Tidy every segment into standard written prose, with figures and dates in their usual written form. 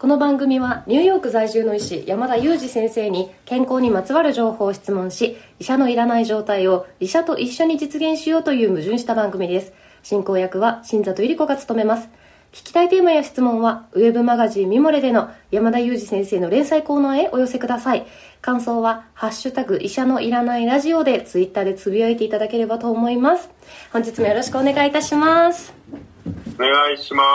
この番組はニューヨーク在住の医師山田裕二先生に健康にまつわる情報を質問し、医者のいらない状態を医者と一緒に実現しようという矛盾した番組です。進行役は新里百合子が務めます。聞きたいテーマや質問はウェブマガジンミモレでの山田裕二先生の連載コーナーへお寄せください。感想はハッシュタグ医者のいらないラジオでツイッターでつぶやいていただければと思います。本日もよろしくお願いいたします。 お願いします。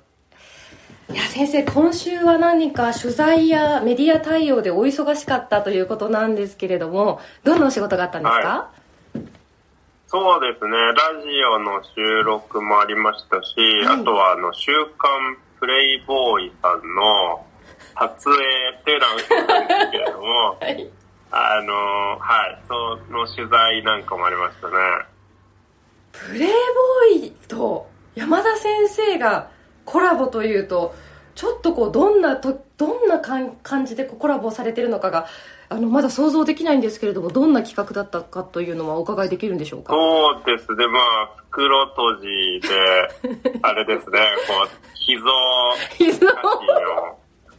いや先生、今週は何か取材やメディア対応でお忙しかったということなんですけれども、どんなお仕事があったんですか？ はい、そうですね、ラジオの収録もありましたし、はい、あとは週刊プレイボーイさんの撮影っていうのは嘘なんですけれども、はい、その取材なんかもありましたね。 プレイボーイと山田先生がコラボというと、ちょっとどんな感じでコラボされてるのかがまだ想像できないんですけれども、どんな企画だったかというのはお伺いできるんでしょうか？ そうですね、袋閉じであれですね、秘蔵写真を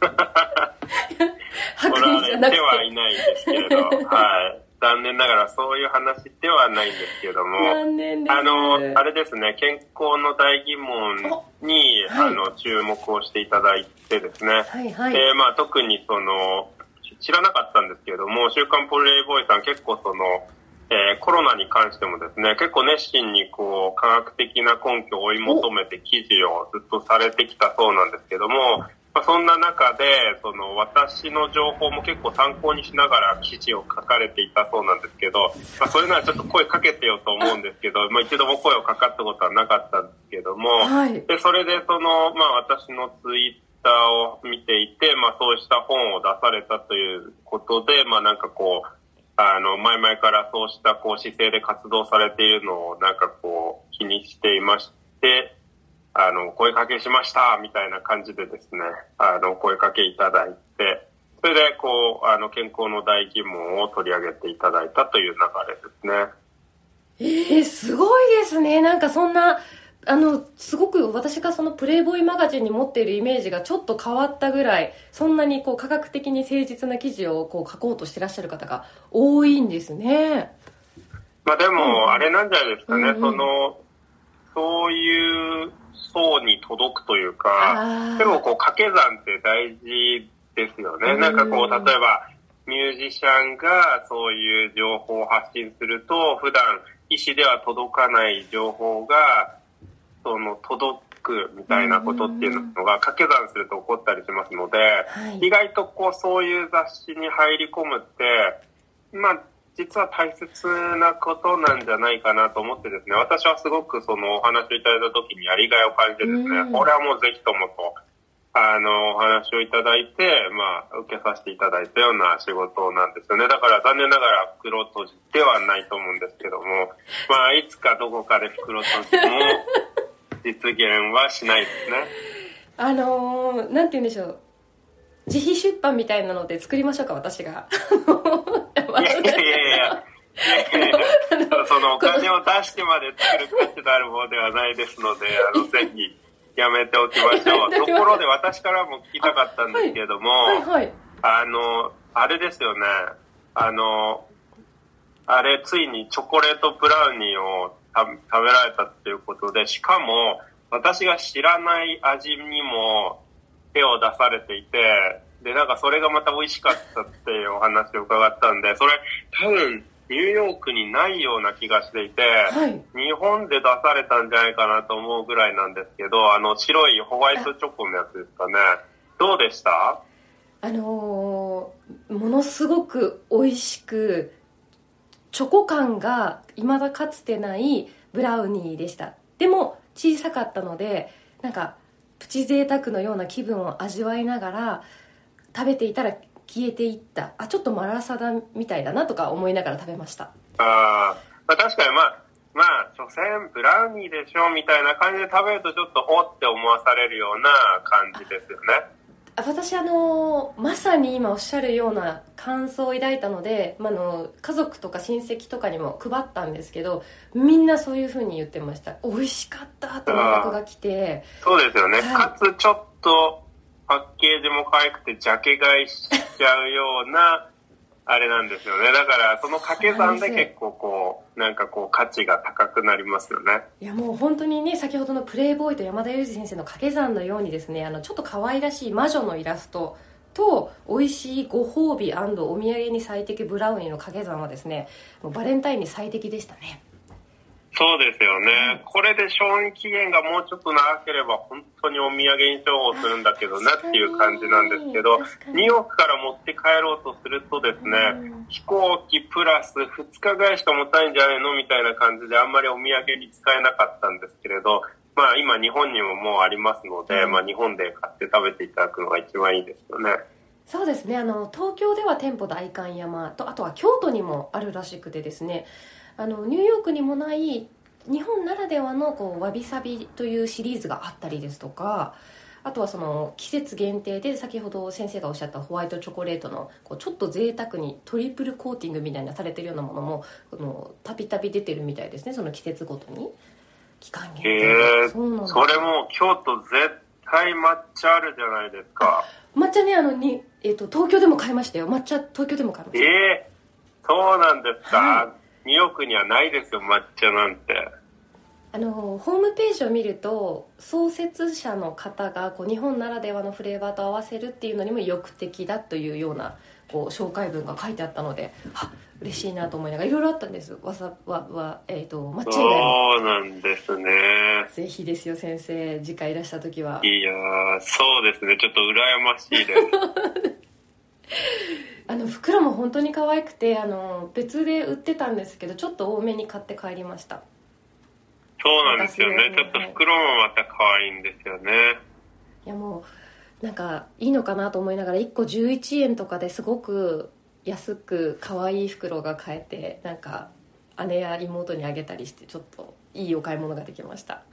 撮られてはいないんですけれど、はい、残念ながらそういう話ではないんですけれども、あれですね、健康の大疑問に、注目をしていただいてですね、はいはい、特に知らなかったんですけれども、週刊プレイボーイさん結構コロナに関してもですね、結構熱心に科学的な根拠を追い求めて記事をずっとされてきたそうなんですけども、そんな中で私の情報も結構参考にしながら記事を書かれていたそうなんですけど、そういうのはちょっと声かけてよと思うんですけど、一度も声をかかったことはなかったんですけども、はい、でそれで私のツイッターを見ていて、そうした本を出されたということで、前々からそうした姿勢で活動されているのを気にしていまして、声かけしましたみたいな感じでですね、声かけいただいて、それで健康の大疑問を取り上げていただいたという流れですね。 すごいですね。そんなすごく私がプレイボーイマガジンに持っているイメージがちょっと変わったぐらい、そんなに科学的に誠実な記事を書こうとしてらっしゃる方が多いんですね。 でもあれなんじゃないですかね、そういう層に届くというか、でも掛け算って大事ですよね。例えばミュージシャンがそういう情報を発信すると、普段医師では届かない情報が届くみたいなことっていうのが掛け算すると起こったりしますので、はい、意外とそういう雑誌に入り込むって実は大切なことなんじゃないかなと思ってですね、私はすごくお話をいただいた時にやりがいを感じてですね、これはもうぜひともとお話をいただいて、受けさせていただいたような仕事なんですよね。だから残念ながら袋閉じではないと思うんですけども、いつかどこかで袋閉じも実現はしないですね。 なんて言うんでしょう、自費出版みたいなので作りましょうか、私が。 いやそのお金を出してまで作る価値のあるものではないですので、ぜひやめておきましょう。ところで私からも聞きたかったんですけれども、あれですよね、あれついにチョコレートブラウニーを食べられたっていうことで、しかも私が知らない味にも手を出されていて、でそれがまた美味しかったっていうお話を伺ったんで、それ多分ニューヨークにないような気がしていて、はい、日本で出されたんじゃないかなと思うぐらいなんですけど、白いホワイトチョコのやつですかね。どうでした？ ものすごく美味しく、チョコ感が未だかつてないブラウニーでした。でも小さかったので、プチ贅沢のような気分を味わいながら食べていたら消えていった。ちょっとマラサダみたいだなとか思いながら食べました。 確かに所詮ブラウニーでしょみたいな感じで食べるとちょっとおって思わされるような感じですよね。 私まさに今おっしゃるような感想を抱いたので、家族とか親戚とかにも配ったんですけど、みんなそういう風に言ってました。美味しかったと連絡が来て。 そうですよね、はい、かつちょっとパッケージも可愛くてジャケ買いしちゃうようなあれなんですよね。だからその掛け算で結構こうなんかこう価値が高くなりますよね。 いやもう本当にね、先ほどのプレイボーイと山田裕二先生の掛け算のようにですね、ちょっと可愛らしい魔女のイラストと美味しいご褒美&お土産に最適ブラウニーの掛け算はですね、もうバレンタインに最適でしたね。 そうですよね、これで賞味期限がもうちょっと長ければ本当にお土産に重宝するんだけどなっていう感じなんですけど、ニューヨークから持って帰ろうとするとですね、飛行機プラス2日ぐらいしか持たないんじゃないのみたいな感じであんまりお土産に使えなかったんですけれど、まあ今日本にももうありますので、まあ日本で買って食べていただくのが一番いいですよね。 そうですね、東京では店舗代官山と、あとは京都にもあるらしくてですね、ニューヨークにもない日本ならではのこうわびさびというシリーズがあったりですとか、あとはその季節限定で先ほど先生がおっしゃったホワイトチョコレートのこうちょっと贅沢にトリプルコーティングみたいなされてるようなものもたびたび出てるみたいですね、その季節ごとに期間限定で。 そうなんです。それも京都絶対抹茶あるじゃないですか。 抹茶ね、東京でも買いましたよ。抹茶東京でも買いました。 そうなんですか、はい、ニューヨークにはないですよ抹茶なんて。 ホームページを見ると創設者の方がこう日本ならではのフレーバーと合わせるっていうのにも意欲的だというようなこう紹介文が書いてあったので、嬉しいなと思いながらいろいろあったんです。抹茶以外も。 そうなんですね。 ぜひですよ先生、次回いらした時は。 いやそうですね、ちょっと羨ましいです袋も本当に可愛くて別で売ってたんですけどちょっと多めに買って帰りました。 そうなんですよね、ちょっと袋もまた可愛いんですよね。 いやもうなんかいいのかなと思いながら1個11円とかですごく安く可愛い袋が買えて、なんか姉や妹にあげたりしてちょっといいお買い物ができました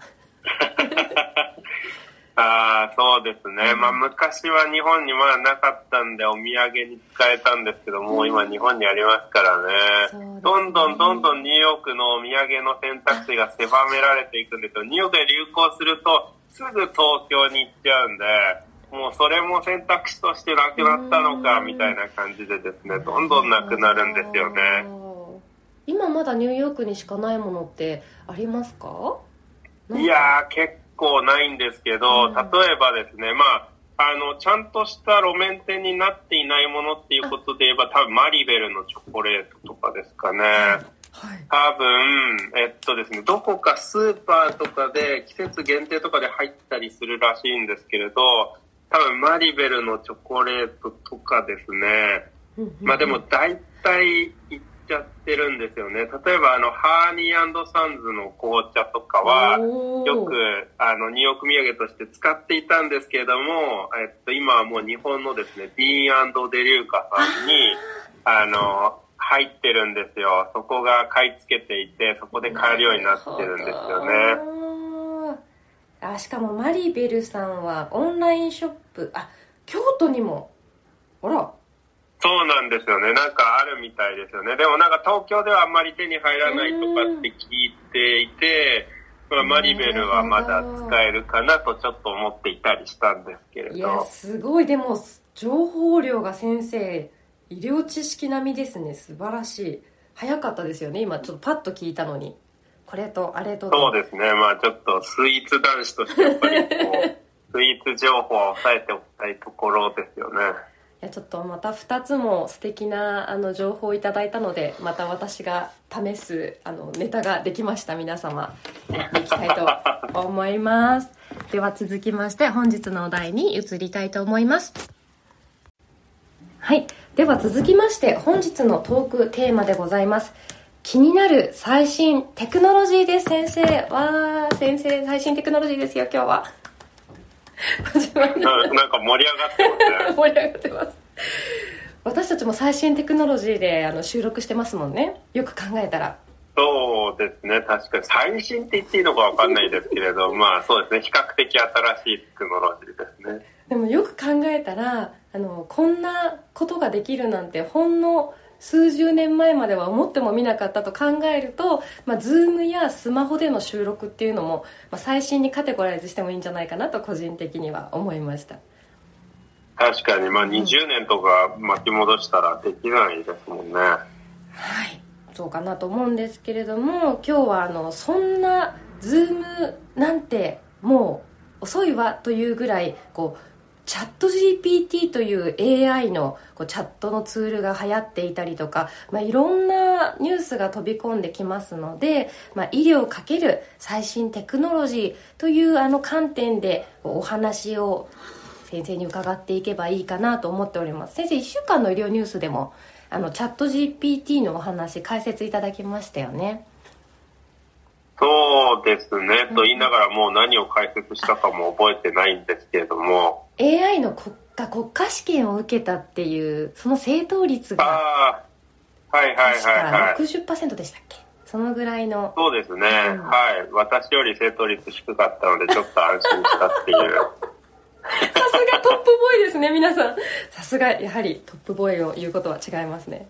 そうですね、まあ昔は日本にまだなかったんでお土産に使えたんですけども、今日本にありますからね、どんどんニューヨークのお土産の選択肢が狭められていくんですよ。ニューヨークで流行するとすぐ東京に行っちゃうんで、もうそれも選択肢としてなくなったのかみたいな感じでですね、どんどんなくなるんですよね。 今まだニューヨークにしかないものってありますか？ いや結構ないんですけど、例えばですね、ちゃんとした路面店になっていないものっていうことで言えば多分マリベルのチョコレートとかですかね。多分ですね、どこかスーパーとかで季節限定とかで入ったりするらしいんですけれど、多分マリベルのチョコレートとかですね、でも大体いっちゃってるんですよね。例えばハーニー&サンズの紅茶とかはよくニューヨーク土産として使っていたんですけれども、今はもう日本のですねディーン&デリューカさんに入ってるんですよ。そこが買い付けていて、そこで買えるようになってるんですよね。 しかもマリベルさんはオンラインショップ、京都にも、そうなんですよね。なんかあるみたいですよね。でもなんか東京ではあんまり手に入らないとかって聞いていて、マリベルはまだ使えるかなとちょっと思っていたりしたんですけれど。 いやすごい、でも情報量が先生医療知識並みですね。素晴らしい。早かったですよね。今ちょっとパッと聞いたのにこれとあれと。 そうですね、ちょっとスイーツ男子としてやっぱりスイーツ情報は抑えておきたいところですよね。 いやちょっとまた2つも素敵な情報をいただいたので、また私が試すネタができました。皆様やっていきたいと思いますでは続きまして本日のお題に移りたいと思います。はい、では続きまして本日のトークテーマでございます。気になる最新テクノロジーです。先生先生最新テクノロジーですよ今日はなんか盛り上がってますね。 盛り上がってます。私たちも最新テクノロジーで収録してますもんね。よく考えたら。 そうですね、確かに最新って言っていいのか分かんないですけれどそうですね、比較的新しいテクノロジーですね。 でもよく考えたらこんなことができるなんてほんの数十年前までは思ってもみなかったと考えると、Zoom やスマホでの収録っていうのも、最新にカテゴライズしてもいいんじゃないかなと個人的には思いました。 確かに、20年とか巻き戻したらできないですもんね。はい、 そうかなと思うんですけれども、今日はそんなズームなんてもう遅いわというぐらいチャット GPT という AI のチャットのツールが流行っていたりとか、いろんなニュースが飛び込んできますので、医療×最新テクノロジーという観点でお話を先生に伺っていけばいいかなと思っております。先生、1週間の医療ニュースでもチャット GPT のお話解説いただきましたよね。 そうですね、と言いながらもう何を解説したかも覚えてないんですけれども、 AI の国家試験を受けたっていうその正答率が確か 60% でしたっけ、そのぐらいの。 そうですね、はい、私より正答率低かったのでちょっと安心したっていうさすがトップボーイですね、皆さん。さすがやはりトップボーイを言うことは違いますね、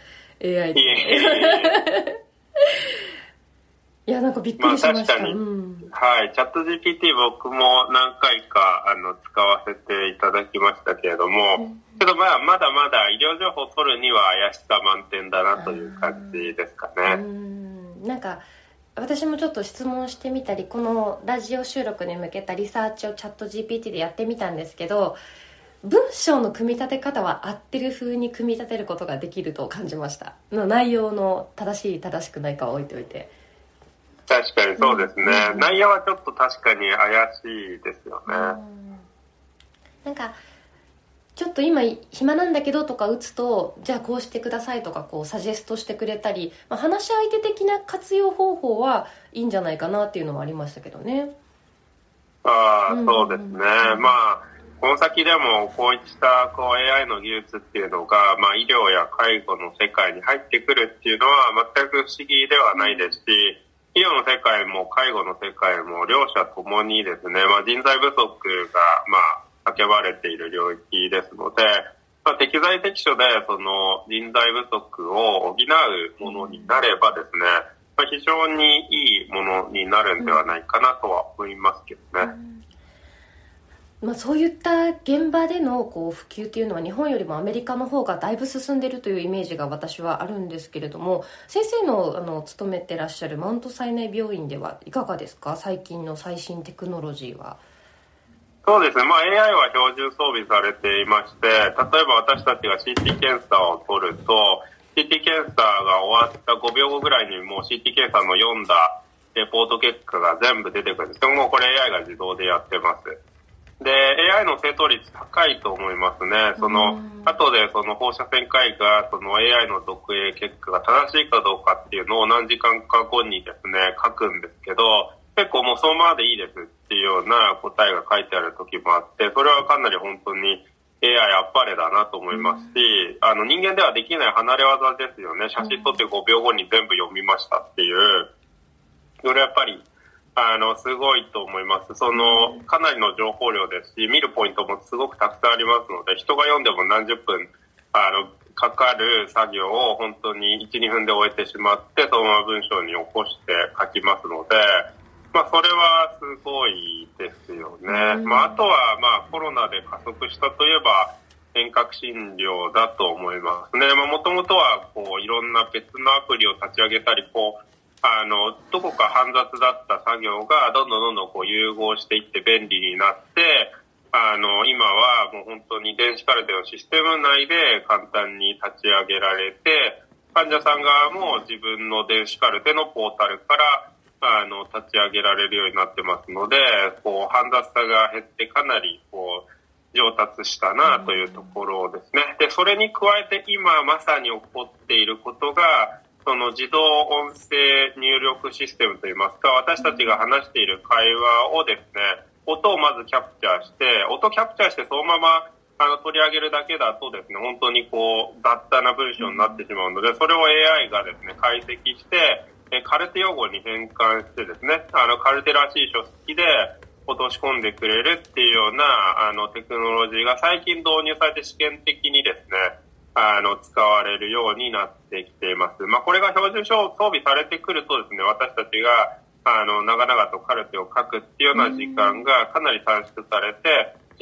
AI で。いや、なんかびっくりしました。 確かに、はい、チャット GPT 僕も何回か使わせていただきましたけれども、けどまだまだ医療情報を取るには怪しさ満点だなという感じですかね。 なんか私もちょっと質問してみたり、このラジオ収録に向けたリサーチをチャット GPT でやってみたんですけど、文章の組み立て方は合ってる風に組み立てることができると感じました。内容の正しくないかは置いておいて。 確かにそうですね、内容はちょっと確かに怪しいですよね。 なんかちょっと今暇なんだけどとか打つと、じゃあこうしてくださいとかサジェストしてくれたり、話し相手的な活用方法はいいんじゃないかなっていうのもありましたけどね。 そうですね、この先でもこういったAI の技術っていうのが、医療や介護の世界に入ってくるっていうのは全く不思議ではないですし、医療の世界も介護の世界も両者ともにですね、人材不足が叫ばれている領域ですので、適材適所でその人材不足を補うものになればですね、非常にいいものになるんではないかなとは思いますけどね。 そういった現場での普及というのは日本よりもアメリカの方がだいぶ進んでいるというイメージが私はあるんですけれども、先生の勤めてらっしゃるマウントサイナイ病院ではいかがですか、最近の最新テクノロジーは。 そうですね、AI は標準装備されていまして、例えば私たちが CT 検査を取ると CT 検査が終わった5秒後ぐらいにもう CT 検査の読んだレポート結果が全部出てくるんですけども、これ AI が自動でやってます。で AI の正答率高いと思いますね。後で放射線科医がAI の読影結果が正しいかどうかっていうのを何時間か後にですね書くんですけど、結構もうそのままでいいですっていうような答えが書いてある時もあって、それはかなり本当に AI あっぱれだなと思いますし、人間ではできない離れ技ですよね。写真撮って5秒後に全部読みましたっていう、それやっぱりすごいと思います。かなりの情報量ですし、見るポイントもすごくたくさんありますので、人が読んでも何十分かかる作業を本当に 1,2 分で終えてしまって、そのまま文章に起こして書きますので、それはすごいですよね。あとはコロナで加速したといえば遠隔診療だと思いますね。もともとはいろんな別のアプリを立ち上げたりどこか煩雑だった作業がどんどん融合していって便利になって、今はもう本当に電子カルテのシステム内で簡単に立ち上げられて、患者さん側も自分の電子カルテのポータルから立ち上げられるようになってますので、煩雑さが減ってかなり上達したなというところですね。で、それに加えて今まさに起こっていることが、自動音声入力システムといいますか、私たちが話している会話をですね、音をまずキャプチャーして、音キャプチャーしてそのまま取り上げるだけだとですね、本当に雑多な文章になってしまうので、それを AI がですね、解析して、カルテ用語に変換してですね、カルテらしい書式で落とし込んでくれるっていうようなテクノロジーが最近導入されて試験的にですね、使われるようになってきています。これが標準装備されてくるとですね、私たちが長々とカルテを書くっていうような時間がかなり短縮されて、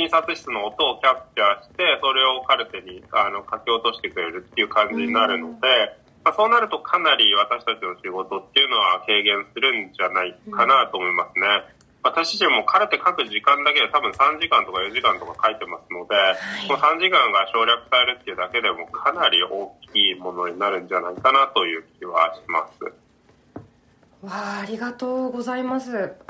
診察室の音をキャプチャーして、それをカルテに書き落としてくれるっていう感じになるので、そうなるとかなり私たちの仕事っていうのは軽減するんじゃないかなと思いますね。私自身もカルテ書く時間だけで多分3時間とか4時間とか書いてますので、この3時間が省略されるっていうだけでもかなり大きいものになるんじゃないかなという気はします。 ありがとうございます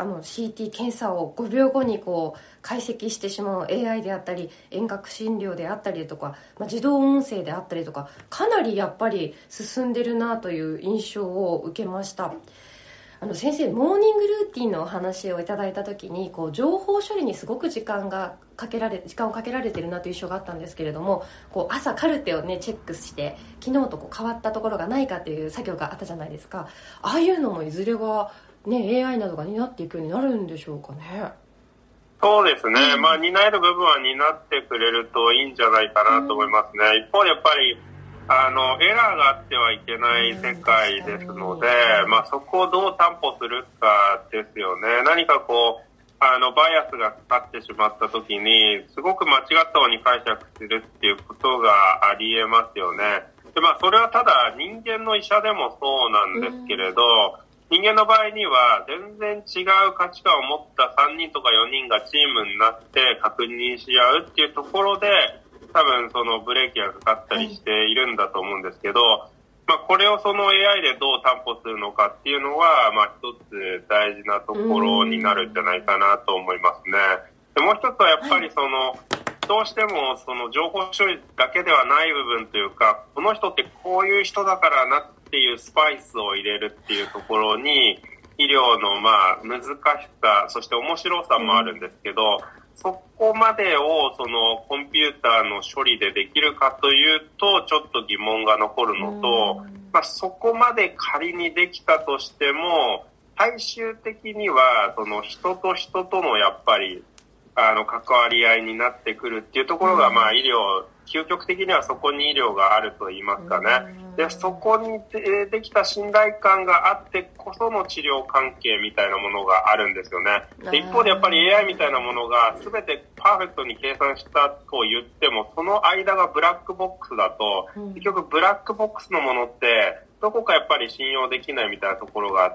。CT 検査を5秒後に解析してしまう AI であったり、遠隔診療であったりとか、自動音声であったりとか、かなりやっぱり進んでるなという印象を受けました。先生、モーニングルーティンのお話をいただいた時に、情報処理にすごく時間をかけられてるなという印象があったんですけれども、朝カルテをねチェックして昨日と変わったところがないかという作業があったじゃないですか。ああいうのもいずれはね AI などが担っていくようになるんでしょうかね。 そうですね、担える部分は担ってくれるといいんじゃないかなと思いますね。一方でやっぱりエラーがあってはいけない世界ですので、そこをどう担保するかですよね。何かバイアスがかかってしまった時に、すごく間違ったように解釈するっていうことがありえますよね。で、それはただ人間の医者でもそうなんですけれど、人間の場合には全然違う価値観を持った3人とか4人がチームになって確認し合うっていうところで、多分そのブレーキがかかったりしているんだと思うんですけど、これをその AI でどう担保するのかっていうのは、一つ大事なところになるんじゃないかなと思いますね。で、もう一つはやっぱりどうしてもその情報処理だけではない部分というか、この人ってこういう人だからなっていうスパイスを入れるっていうところに、医療の難しさ、そして面白さもあるんですけど、そこまでをそのコンピューターの処理でできるかというとちょっと疑問が残るのと、そこまで仮にできたとしても最終的にはその人と人とのやっぱり関わり合いになってくるっていうところが医療、究極的にはそこに医療があると言いますかね。で、そこにできた信頼感があってこその治療関係みたいなものがあるんですよね。で、一方でやっぱり AI みたいなものが全てパーフェクトに計算したと言っても、その間がブラックボックスだと、結局ブラックボックスのものってどこかやっぱり信用できないみたいなところがあって、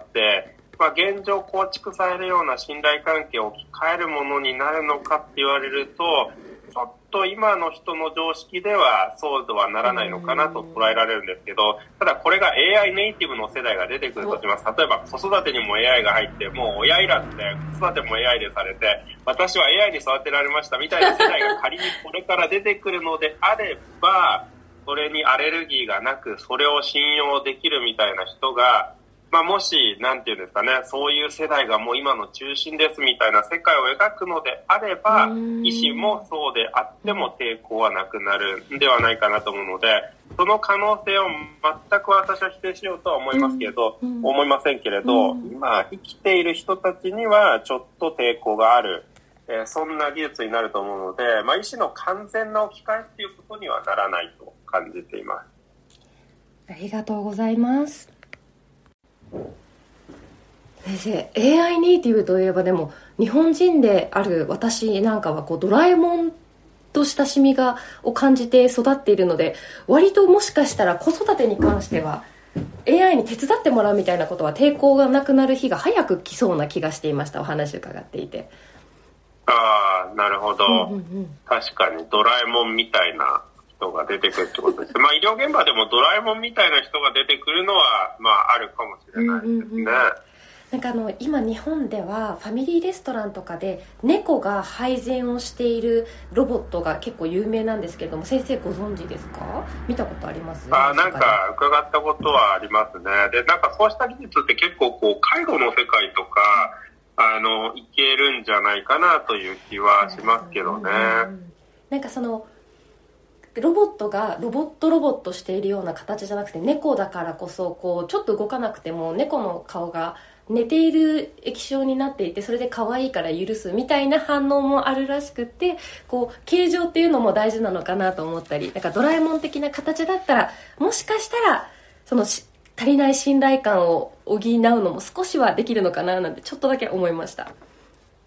現状構築されるような信頼関係を置き換えるものになるのかって言われると、ちょっと今の人の常識ではそうではならないのかなと捉えられるんですけど、ただこれが AI ネイティブの世代が出てくるとします。例えば子育てにも AI が入って、もう親いらずで子育ても AI でされて、私は AI に育てられましたみたいな世代が仮にこれから出てくるのであれば、それにアレルギーがなく、それを信用できるみたいな人が、もし、なんていうんですかね、そういう世代がもう今の中心ですみたいな世界を描くのであれば、医師もそうであっても抵抗はなくなるんではないかなと思うので、その可能性を全く私は否定しようとは思いますけど、思いませんけれど、今生きている人たちにはちょっと抵抗がある、そんな技術になると思うので、医師の完全な置き換えっていうことにはならないと感じています。 ありがとうございます。先生、 AI ネイティブといえば、でも日本人である私なんかはドラえもんと親しみを感じて育っているので、割ともしかしたら子育てに関しては AI に手伝ってもらうみたいなことは抵抗がなくなる日が早く来そうな気がしていました。お話伺っていて。 ああ、なるほど、確かにドラえもんみたいな人が出てくるってことです。医療現場でもドラえもんみたいな人が出てくるのはあるかもしれないですね。 なんか今日本ではファミリーレストランとかで猫が配膳をしているロボットが結構有名なんですけれども、先生ご存知ですか？見たことあります？ なんか伺ったことはありますね。で、なんかそうした技術って結構介護の世界とかいけるんじゃないかなという気はしますけどね。 なんかロボットがロボットしているような形じゃなくて、猫だからこそちょっと動かなくても猫の顔が寝ている液晶になっていて、それで可愛いから許すみたいな反応もあるらしくって、形状っていうのも大事なのかなと思ったり、なんかドラえもん的な形だったら、もしかしたら足りない信頼感を補うのも少しはできるのかななんてちょっとだけ思いました。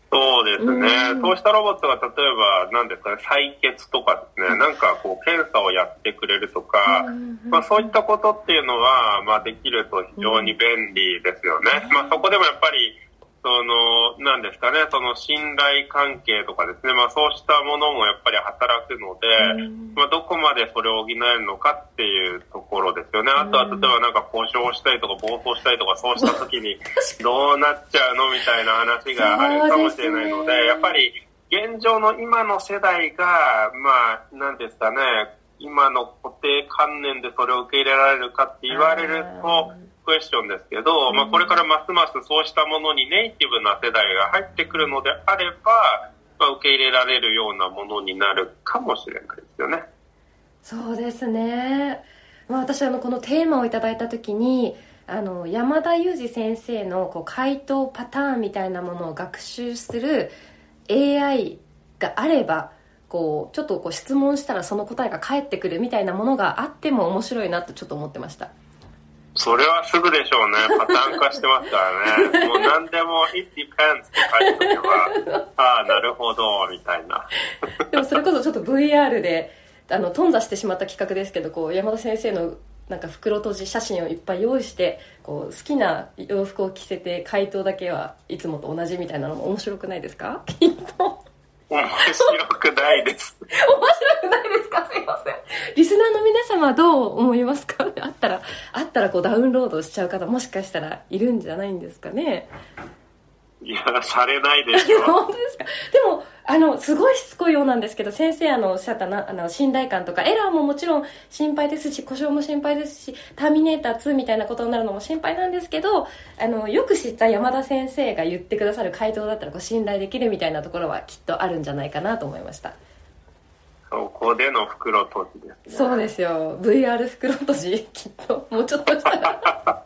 そうですね。そうしたロボットが例えば何ですかね、採血とかですね、なんかこう検査をやってくれるとか、そういったことっていうのはできると非常に便利ですよね。そこでもやっぱり何ですかね、その信頼関係とかですね、そうしたものもやっぱり働くので、どこまでそれを補えるのかっていうところですよね。あとは例えばなんか故障したりとか暴走したりとか、そうした時にどうなっちゃうのみたいな話があるかもしれないので、やっぱり現状の今の世代が、何ですかね、今の固定観念でそれを受け入れられるかって言われると、クエスチョンですけど、これからますますそうしたものにネイティブな世代が入ってくるのであれば、受け入れられるようなものになるかもしれないですよね。 そうですね。私このテーマをいただいた時に山田裕二先生の回答パターンみたいなものを学習する AI があれば、ちょっと質問したらその答えが返ってくるみたいなものがあっても面白いなとちょっと思ってました。 それはすぐでしょうね。パターン化してますからね。もう何でも It depends って書いておけばああなるほどみたいな。 でもそれこそちょっと VR で頓挫してしまった企画ですけど、山田先生のなんか袋閉じ写真をいっぱい用意して、好きな洋服を着せて回答だけはいつもと同じみたいなのも面白くないですか？きっと面白くないです。 面白くないですか？すいません。リスナーの皆様はどう思いますか？あったらダウンロードしちゃう方もしかしたらいるんじゃないんですかね。 いや、されないでしょ。 本当ですか？でもすごいしつこいようなんですけど、先生おっしゃった信頼感とかエラーももちろん心配ですし、故障も心配ですし、ターミネーター2みたいなことになるのも心配なんですけど、よく知った山田先生が言ってくださる回答だったら信頼できるみたいなところはきっとあるんじゃないかなと思いました。 そこでの袋閉じですね。 そうですよ。 VR 袋閉じきっともうちょっとしたら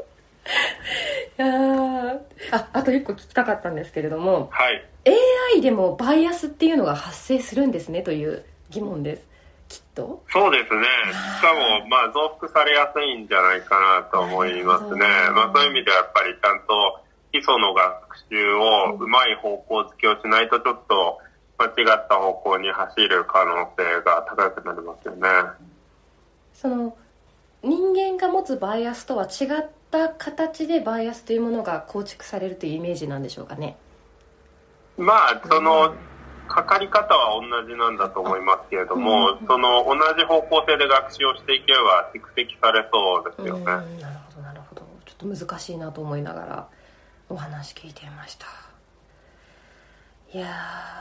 あと1個聞きたかったんですけれども、 はい、 AI でもバイアスっていうのが発生するんですねという疑問です。きっとそうですね。しかも増幅されやすいんじゃないかなと思いますね。そういう意味ではやっぱりちゃんと基礎の学習をうまい方向づけをしないと、ちょっと間違った方向に走る可能性が高くなりますよね。 その人間が持つバイアスとは違った形でバイアスというものが構築されるというイメージなんでしょうかね。 そのかかり方は同じなんだと思いますけれども、その同じ方向性で学習をしていけば蓄積されそうですよね。なるほど。ちょっと難しいなと思いながらお話聞いていました。いや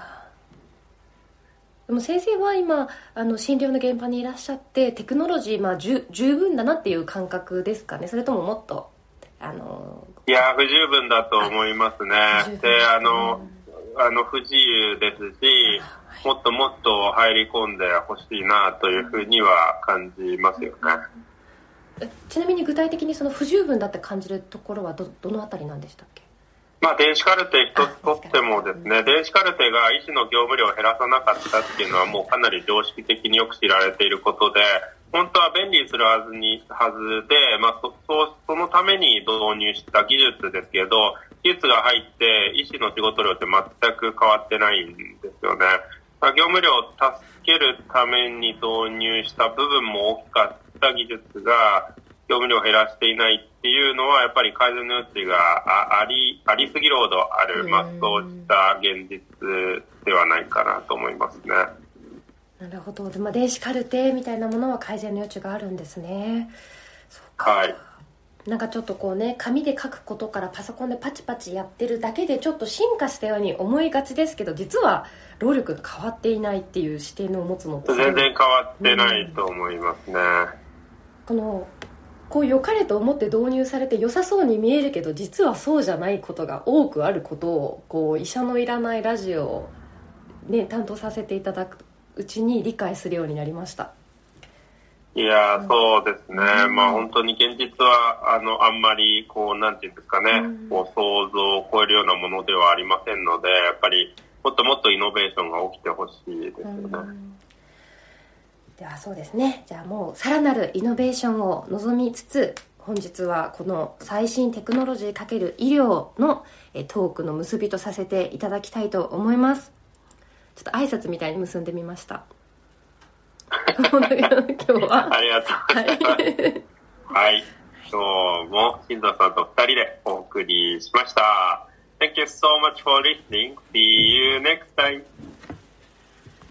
でも先生は今診療の現場にいらっしゃって、テクノロジー、十分だなっていう感覚ですかね。それとももっといや不十分だと思いますね。で不自由ですし、もっともっと入り込んでほしいなというふうには感じますよね。 ちなみに具体的にその不十分だって感じるところはどのあたりなんでしたっけ？ 電子カルテ一つとってもですね、電子カルテが医師の業務量を減らさなかったっていうのはもうかなり常識的によく知られていることで、本当は便利にするはずで、そのために導入した技術ですけど、技術が入って医師の仕事量って全く変わってないんですよね。業務量を助けるために導入した部分も大きかった技術が業務量を減らしていないっていうのは、やっぱり改善の余地がありすぎるほどある、そうした現実ではないかなと思いますね。 なるほど。電子カルテみたいなものは改善の余地があるんですね。そうか。 はい。 なんかちょっと紙で書くことからパソコンでパチパチやってるだけでちょっと進化したように思いがちですけど、実は労力が変わっていないっていう視点を持つのって全然変わってないと思いますね。 良かれと思って導入されて良さそうに見えるけど、実はそうじゃないことが多くあることを医者のいらないラジオを、担当させていただくうちに理解するようになりました。 いやそうですね、本当に現実はあんまりなんていうんですかね、想像を超えるようなものではありませんので、やっぱりもっともっとイノベーションが起きてほしいですよね。 ではそうですね、じゃあもうさらなるイノベーションを望みつつ、 本日はこの最新テクノロジー×医療のトークの結びとさせていただきたいと思います。ちょっと挨拶みたいに結んでみました。今日はありがとうございます。はい、今日も新藤さんと2人でお送りしました。Thank you so much for listening. See you next time.